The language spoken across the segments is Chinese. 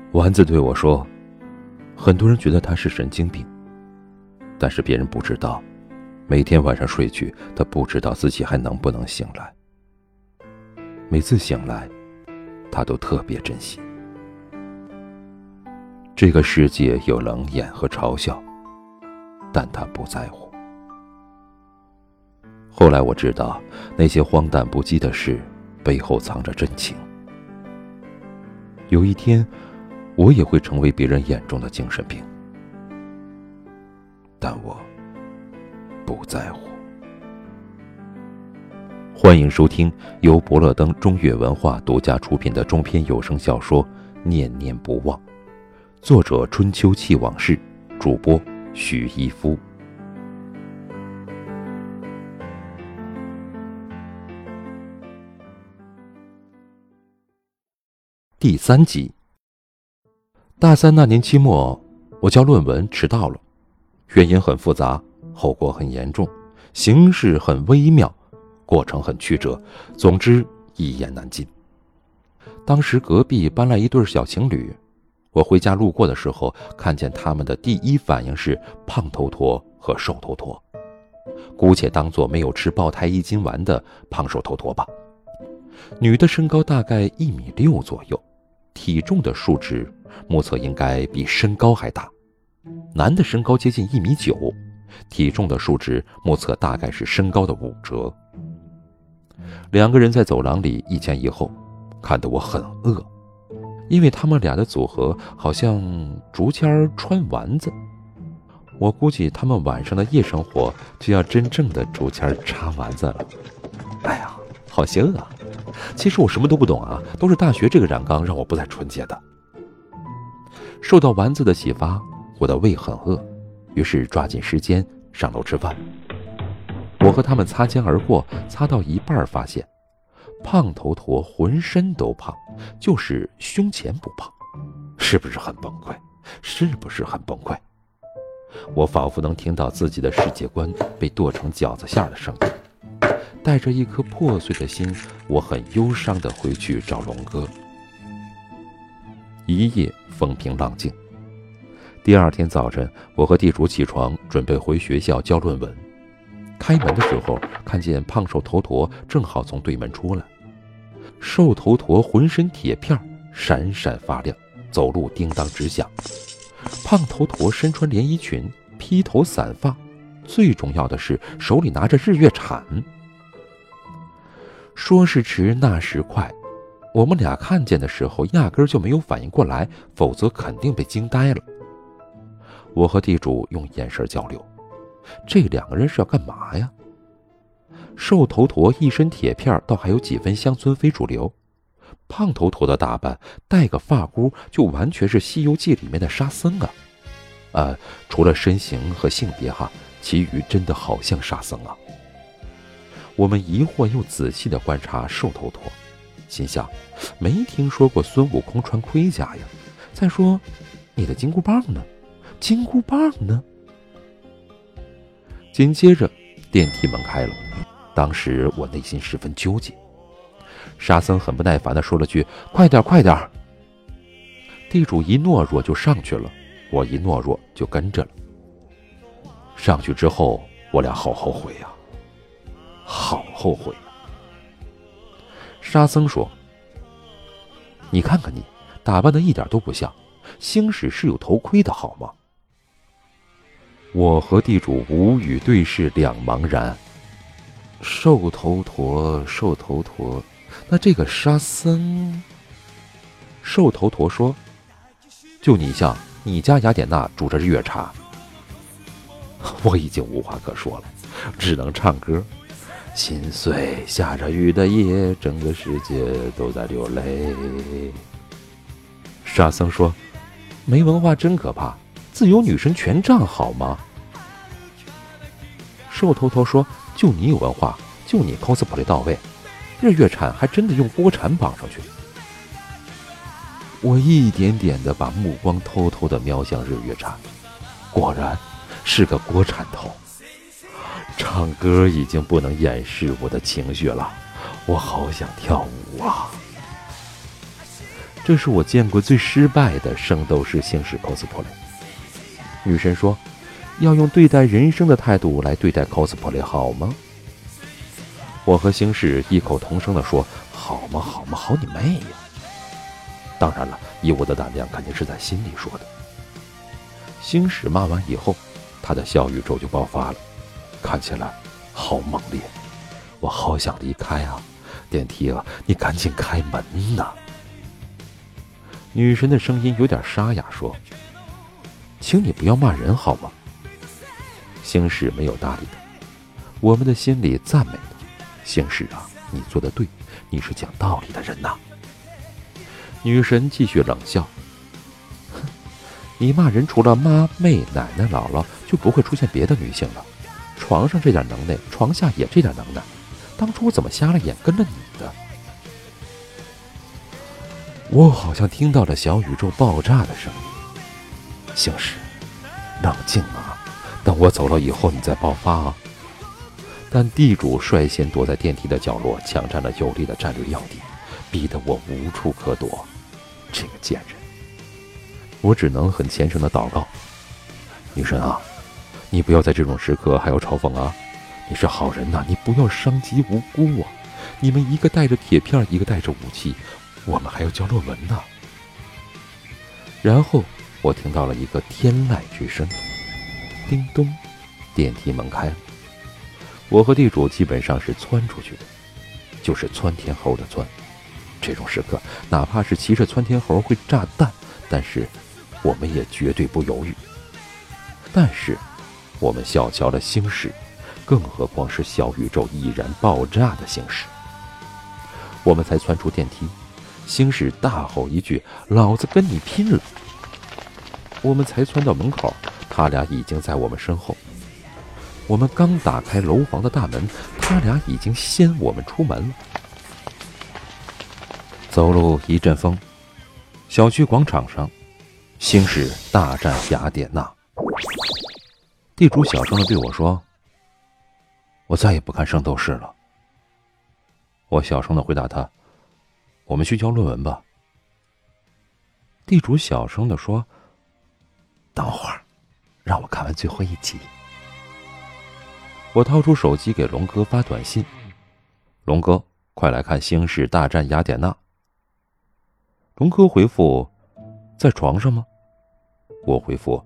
丸子对我说，很多人觉得他是神经病，但是别人不知道，每天晚上睡去，他不知道自己还能不能醒来。每次醒来，他都特别珍惜。这个世界有冷眼和嘲笑，但他不在乎。后来我知道，那些荒诞不羁的事背后藏着真情。有一天，我也会成为别人眼中的精神病，但我不在乎。欢迎收听由伯乐灯中粤文化独家出品的中篇有声小说《念念不忘》，作者春秋气往事，主播许一夫。第3集。大三那年期末，我交论文迟到了，原因很复杂，后果很严重，形势很微妙，过程很曲折，总之一言难尽。当时隔壁搬来一对小情侣，我回家路过的时候，看见他们的第一反应是胖头陀和瘦头陀，姑且当作没有吃爆胎1斤丸的胖瘦头陀吧。女的身高大概1.6米左右，体重的数值目测应该比身高还大。男的身高接近1.9米，体重的数值目测大概是身高的5折。两个人在走廊里一前一后，看得我很饿，因为他们俩的组合好像竹签穿丸子。我估计他们晚上的夜生活就要真正的竹签插丸子了。哎呀，好邪恶啊！其实我什么都不懂啊，都是大学这个染缸让我不再纯洁的。受到丸子的启发，我的胃很饿，于是抓紧时间上楼吃饭。我和他们擦肩而过，擦到一半发现胖头陀浑身都胖，就是胸前不胖，是不是很崩溃？是不是很崩溃？我仿佛能听到自己的世界观被剁成饺子馅的声音。带着一颗破碎的心，我很忧伤地回去找龙哥。一夜风平浪静。第二天早晨，我和地主起床，准备回学校交论文。开门的时候，看见胖瘦头陀正好从对门出来。瘦头陀浑身铁片，闪闪发亮，走路叮当直响。胖头陀身穿连衣裙，披头散发，最重要的是手里拿着日月铲。说时迟，那时快，我们俩看见的时候压根就没有反应过来，否则肯定被惊呆了。我和地主用眼神交流，这两个人是要干嘛呀？瘦头陀一身铁片，倒还有几分乡村非主流。胖头陀的打扮，戴个发箍就完全是《西游记》里面的沙僧啊！除了身形和性别哈，其余真的好像沙僧啊。我们疑惑又仔细地观察瘦头陀，心想，没听说过孙悟空穿盔甲呀。再说，你的金箍棒呢？金箍棒呢？紧接着，电梯门开了。当时我内心十分纠结。沙僧很不耐烦地说了句：“快点，快点！”地主一懦弱就上去了，我一懦弱就跟着了。上去之后，我俩好后悔呀，好后悔呀。沙僧说：“你看看你，打扮得一点都不像，星矢是有头盔的好吗？”我和地主无语对视，两茫然。瘦头陀，瘦头陀，那这个沙僧……瘦头陀说：“就你像，你家雅典娜煮着日月茶。”我已经无话可说了，只能唱歌。心碎，下着雨的夜，整个世界都在流泪。沙僧说：“没文化真可怕，自由女神权杖好吗？”瘦头陀说：“就你有文化，就你 cosplay 到位，日月铲还真的用锅铲绑上去。”我一点点的把目光偷偷的瞄向日月铲，果然是个锅铲头。唱歌已经不能掩饰我的情绪了，我好想跳舞啊！ 这是我见过最失败的圣斗士星矢 cosplay。女神说，要用对待人生的态度来对待 cosplay 好吗？我和星矢异口同声地说，好吗好吗，好你妹呀！当然了，以我的胆量肯定是在心里说的。星矢骂完以后，他的小宇宙就爆发了，看起来好猛烈，我好想离开啊！电梯啊，你赶紧开门呐！女神的声音有点沙哑，说，请你不要骂人好吗？星矢没有搭理他，我们的心里赞美他，星矢啊，你做得对，你是讲道理的人呐。女神继续冷笑，哼，你骂人除了妈、妹、奶奶、姥姥，就不会出现别的女性了。床上这点能耐，床下也这点能耐，当初我怎么瞎了眼跟了你的？我好像听到了小宇宙爆炸的声音。星矢，冷静啊，等我走了以后你再爆发啊！但地主率先躲在电梯的角落，抢占了有利的战略要地，逼得我无处可躲。这个贱人，我只能很虔诚的祷告，女神啊，你不要在这种时刻还要嘲讽啊！你是好人呐，你不要伤及无辜啊！你们一个带着铁片，一个带着武器，我们还要交论文呢。然后我听到了一个天籁之声，叮咚，电梯门开了。我和地主基本上是窜出去的，就是窜天猴的窜。这种时刻，哪怕是骑着窜天猴会炸弹，但是我们也绝对不犹豫。但是我们小瞧了星矢，更何况是小宇宙已然爆炸的星矢。我们才窜出电梯，星矢大吼一句，老子跟你拼了！我们才窜到门口，他俩已经在我们身后。我们刚打开楼房的大门，他俩已经先我们出门了。走路一阵风，小区广场上，星矢大战雅典娜。地主小声地对我说，我再也不看圣斗士了。我小声地回答他，我们去交论文吧。地主小声地说，等会儿，让我看完最后一集。我掏出手机给龙哥发短信，龙哥，快来看星矢大战雅典娜。龙哥回复，在床上吗？我回复，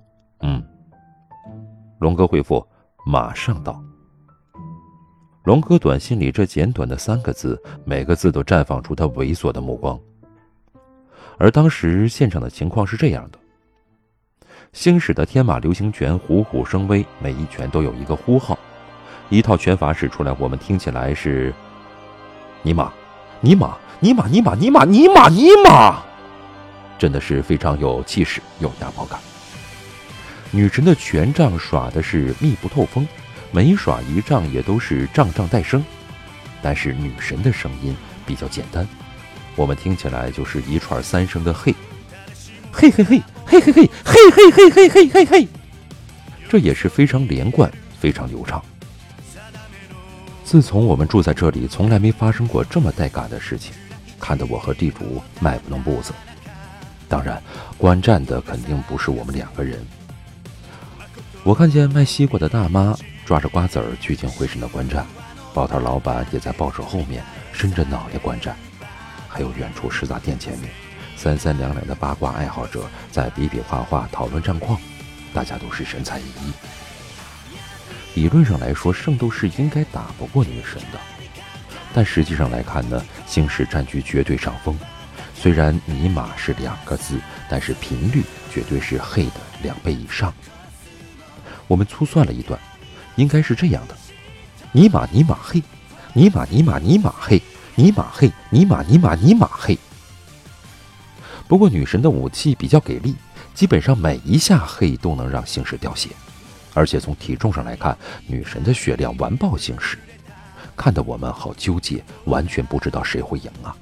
龙哥回复，马上到。龙哥短信里这简短的3个字，每个字都绽放出他猥琐的目光。而当时现场的情况是这样的，星矢的天马流星拳虎虎生威，每一拳都有一个呼号，一套拳法使出来，我们听起来是尼玛尼玛尼玛尼玛尼玛尼玛尼玛，真的是非常有气势，有压迫感。女神的权杖耍的是密不透风，每耍一杖也都是杖杖带声，但是女神的声音比较简单，我们听起来就是一串3声的嘿，嘿嘿嘿嘿嘿嘿嘿嘿嘿嘿嘿嘿嘿，这也是非常连贯，非常流畅。自从我们住在这里，从来没发生过这么带感的事情，看得我和地主迈不动步子。当然，观战的肯定不是我们2个人。我看见卖西瓜的大妈抓着瓜子儿聚精会神的观战，报摊老板也在报纸后面伸着脑袋观战，还有远处食杂店前面3三2两的八卦爱好者在比比划划讨论战况，大家都是神采奕奕。理论上来说，圣斗士应该打不过女神的，但实际上来看呢，星矢占据绝对上风。虽然尼玛是2个字，但是频率绝对是嘿的2倍以上。我们粗算了一段，应该是这样的：尼玛尼玛嘿，尼玛尼玛尼玛嘿，尼玛嘿，尼玛尼玛尼玛嘿。不过女神的武器比较给力，基本上每一下嘿都能让星矢掉血，而且从体重上来看，女神的血量完爆星矢，看得我们好纠结，完全不知道谁会赢啊。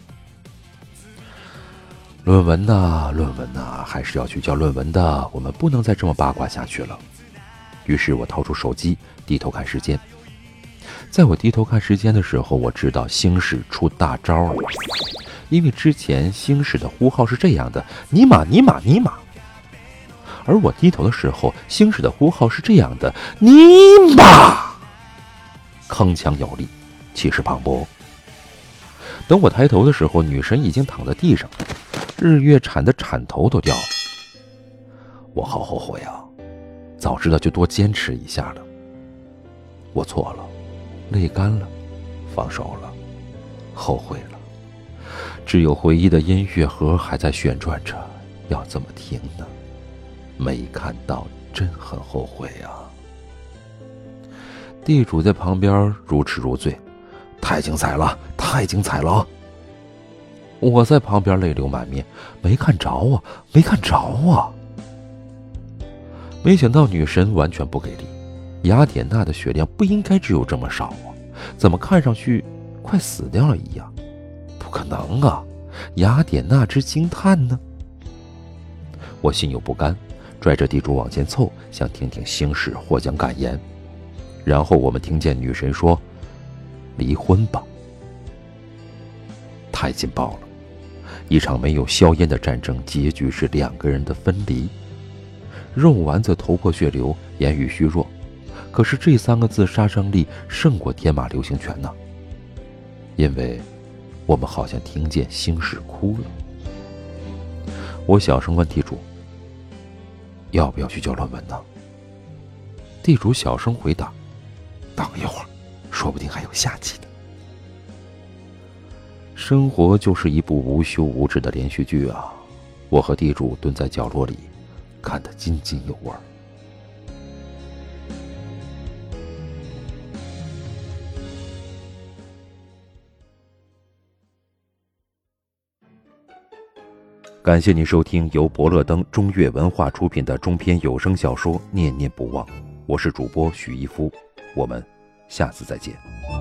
论文呐，论文呐，还是要去交论文的，我们不能再这么八卦下去了。于是我掏出手机，低头看时间。在我低头看时间的时候，我知道星矢出大招了。 因为之前星矢的呼号是这样的：尼玛尼玛尼玛。而我低头的时候，星矢的呼号是这样的：尼玛。铿锵有力，气势磅礴。等我抬头的时候，女神已经躺在地上，日月铲的铲头都掉了。我好后悔啊，早知道就多坚持一下了。我错了，泪干了，放手了，后悔了。只有回忆的音乐盒还在旋转着，要怎么停呢？没看到，真很后悔啊。地主在旁边如痴如醉，太精彩了，太精彩了！我在旁边泪流满面，没看着啊，没看着啊！没想到女神完全不给力，雅典娜的血量不应该只有这么少啊，怎么看上去快死掉了一样？不可能啊！雅典娜之惊叹呢？我心有不甘，拽着地主往前凑，想听听星矢获奖感言。然后我们听见女神说：“离婚吧。”太劲爆了！一场没有硝烟的战争，结局是2个人的分离。肉丸子头破血流，言语虚弱，可是这3个字杀伤力胜过天马流星拳呢。因为我们好像听见星矢哭了。我小声问地主：“要不要去交论文呢？”地主小声回答：“等一会儿，说不定还有下集呢。”生活就是一部无休无止的连续剧啊！我和地主蹲在角落里，看得津津有味。感谢您收听由伯乐灯中粤文化出品的中篇有声小说《念念不忘》，我是主播许一夫，我们下次再见。